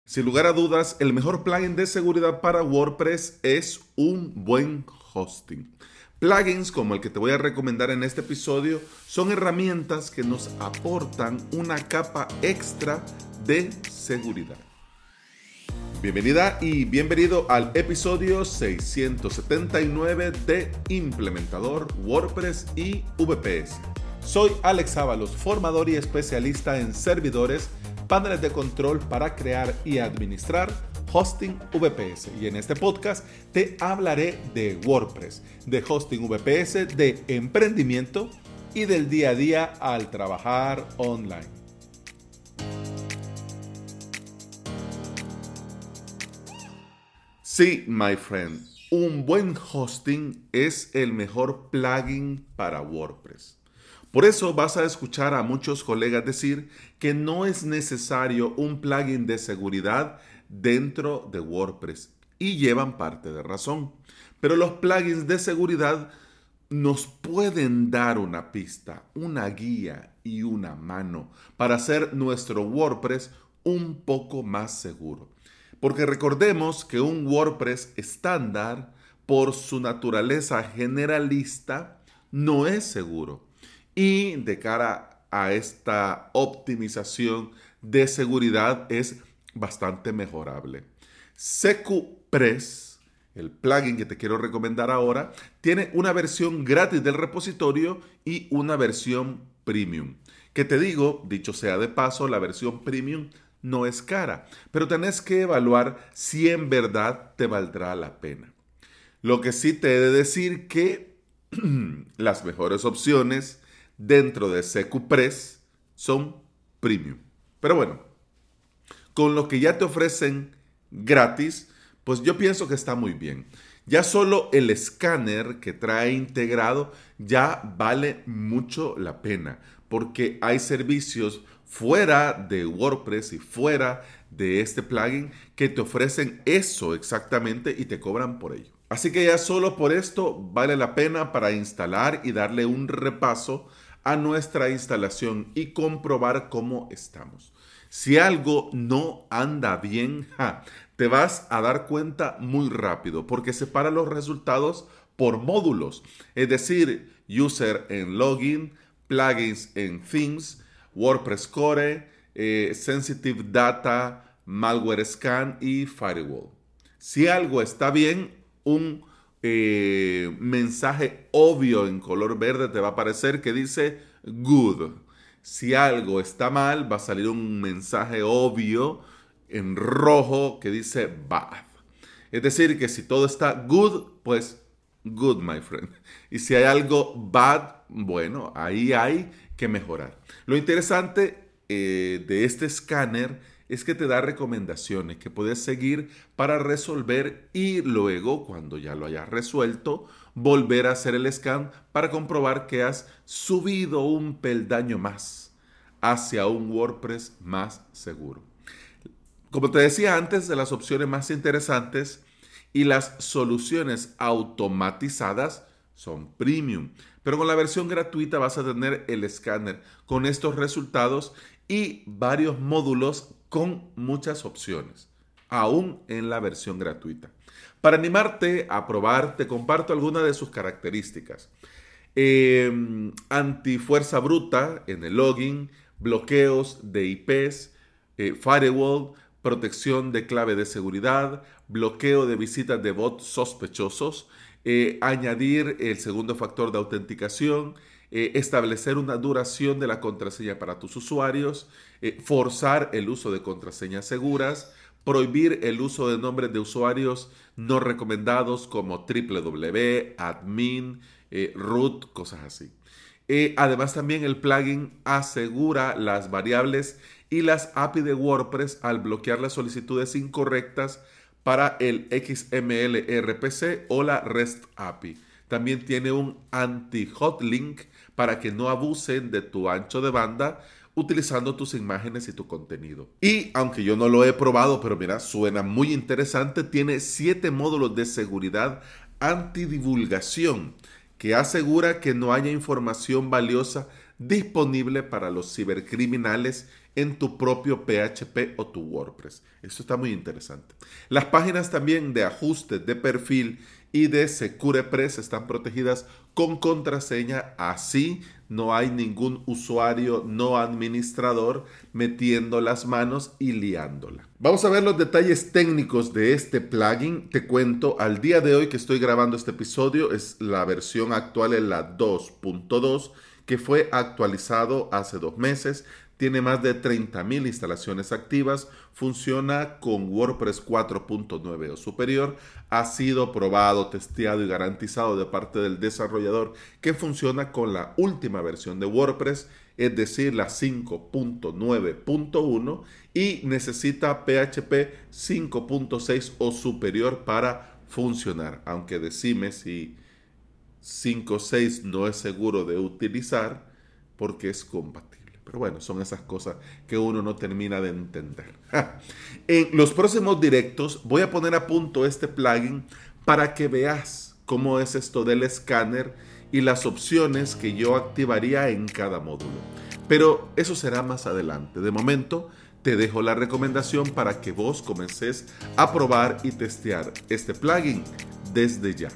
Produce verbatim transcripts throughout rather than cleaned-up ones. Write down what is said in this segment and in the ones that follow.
Sin lugar a dudas, el mejor plugin de seguridad para WordPress es un buen hosting. Plugins como el que te voy a recomendar en este episodio son herramientas que nos aportan una capa extra de seguridad. Bienvenida y bienvenido al episodio seiscientos setenta y nueve de Implementador WordPress y V P S. Soy Alex Ábalos, formador y especialista en servidores, paneles de control para crear y administrar hosting V P S. Y en este podcast te hablaré de WordPress, de hosting V P S, de emprendimiento y del día a día al trabajar online. Sí, my friend, un buen hosting es el mejor plugin para WordPress. Por eso vas a escuchar a muchos colegas decir que no es necesario un plugin de seguridad dentro de WordPress y llevan parte de razón. Pero los plugins de seguridad nos pueden dar una pista, una guía y una mano para hacer nuestro WordPress un poco más seguro. Porque recordemos que un WordPress estándar, por su naturaleza generalista, no es seguro. Y de cara a esta optimización de seguridad es bastante mejorable. SecuPress, el plugin que te quiero recomendar ahora, tiene una versión gratis del repositorio y una versión premium. Que te digo, dicho sea de paso, la versión premium no es cara, pero tenés que evaluar si en verdad te valdrá la pena. Lo que sí te he de decir que las mejores opciones dentro de SecuPress son premium. Pero bueno, con lo que ya te ofrecen gratis, pues yo pienso que está muy bien. Ya solo el escáner que trae integrado ya vale mucho la pena, porque hay servicios fuera de WordPress y fuera de este plugin que te ofrecen eso exactamente y te cobran por ello. Así que ya solo por esto vale la pena para instalar y darle un repaso a nuestra instalación y comprobar cómo estamos. Si algo no anda bien, ja, te vas a dar cuenta muy rápido porque separa los resultados por módulos, es decir, user en login, plugins en themes, WordPress Core, eh, sensitive data, malware scan y firewall. Si algo está bien, un eh, mensaje obvio en color verde te va a aparecer que dice good. Si algo está mal, va a salir un mensaje obvio en rojo que dice bad. Es decir, que si todo está good, pues good, my friend. Y si hay algo bad, bueno, ahí hay que mejorar. Lo interesante eh, de este escáner es que te da recomendaciones que puedes seguir para resolver y luego, cuando ya lo hayas resuelto, volver a hacer el scan para comprobar que has subido un peldaño más hacia un WordPress más seguro. Como te decía antes, de las opciones más interesantes y las soluciones automatizadas son premium, pero con la versión gratuita vas a tener el escáner con estos resultados y varios módulos con muchas opciones, aún en la versión gratuita. Para animarte a probar, te comparto algunas de sus características. Eh, antifuerza bruta en el login, bloqueos de I Pes, eh, firewall, protección de clave de seguridad, bloqueo de visitas de bots sospechosos, eh, añadir el segundo factor de autenticación, eh, establecer una duración de la contraseña para tus usuarios, eh, forzar el uso de contraseñas seguras, prohibir el uso de nombres de usuarios no recomendados como www, admin, eh, root, cosas así. Eh, además, también el plugin asegura las variables y las A P I de WordPress al bloquear las solicitudes incorrectas para el X M L R P C o la REST A P I. También tiene un anti-hotlink para que no abusen de tu ancho de banda utilizando tus imágenes y tu contenido. Y aunque yo no lo he probado, pero mira, suena muy interesante, tiene siete módulos de seguridad antidivulgación que asegura que no haya información valiosa disponible para los cibercriminales en tu propio P H P o tu WordPress. Esto está muy interesante. Las páginas también de ajustes de perfil y de SecurePress están protegidas con contraseña, así no hay ningún usuario no administrador metiendo las manos y liándola. Vamos a ver los detalles técnicos de este plugin. Te cuento, al día de hoy que estoy grabando este episodio, es la versión actual en la dos punto dos, que fue actualizado hace dos meses. Tiene más de treinta mil instalaciones activas, funciona con WordPress cuatro punto nueve o superior, ha sido probado, testeado y garantizado de parte del desarrollador que funciona con la última versión de WordPress, es decir, la cinco punto nueve punto uno, y necesita P H P cinco punto seis o superior para funcionar, aunque decime si cinco punto seis no es seguro de utilizar porque es compatible. Pero bueno, son esas cosas que uno no termina de entender. En los próximos directos voy a poner a punto este plugin para que veas cómo es esto del escáner y las opciones que yo activaría en cada módulo. Pero eso será más adelante. De momento, te dejo la recomendación para que vos comences a probar y testear este plugin desde ya.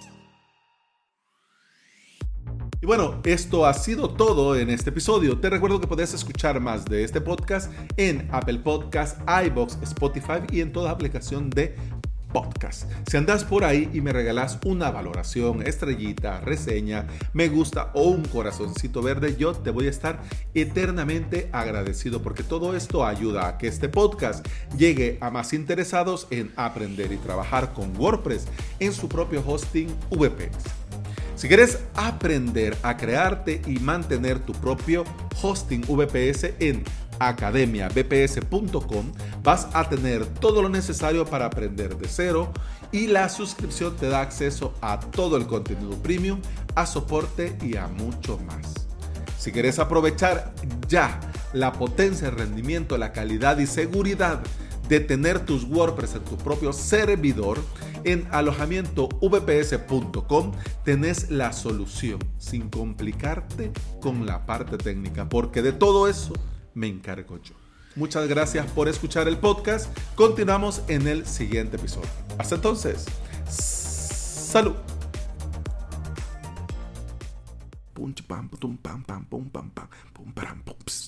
Y bueno, esto ha sido todo en este episodio. Te recuerdo que puedes escuchar más de este podcast en Apple Podcasts, iVoox, Spotify y en toda aplicación de podcast. Si andas por ahí y me regalas una valoración, estrellita, reseña, me gusta o un corazoncito verde, yo te voy a estar eternamente agradecido, porque todo esto ayuda a que este podcast llegue a más interesados en aprender y trabajar con WordPress en su propio hosting V P S. Si quieres aprender a crearte y mantener tu propio hosting V P S en academia v p s punto com, vas a tener todo lo necesario para aprender de cero, y la suscripción te da acceso a todo el contenido premium, a soporte y a mucho más. Si quieres aprovechar ya la potencia, el rendimiento, la calidad y seguridad de tener tus WordPress en tu propio servidor, en alojamiento v p s punto com tenés la solución sin complicarte con la parte técnica, porque de todo eso me encargo yo. Muchas gracias por escuchar el podcast. Continuamos en el siguiente episodio. Hasta entonces, salud. Pum, pam, pum, pam, pam, pum, pam, pam, pum, pam, pum.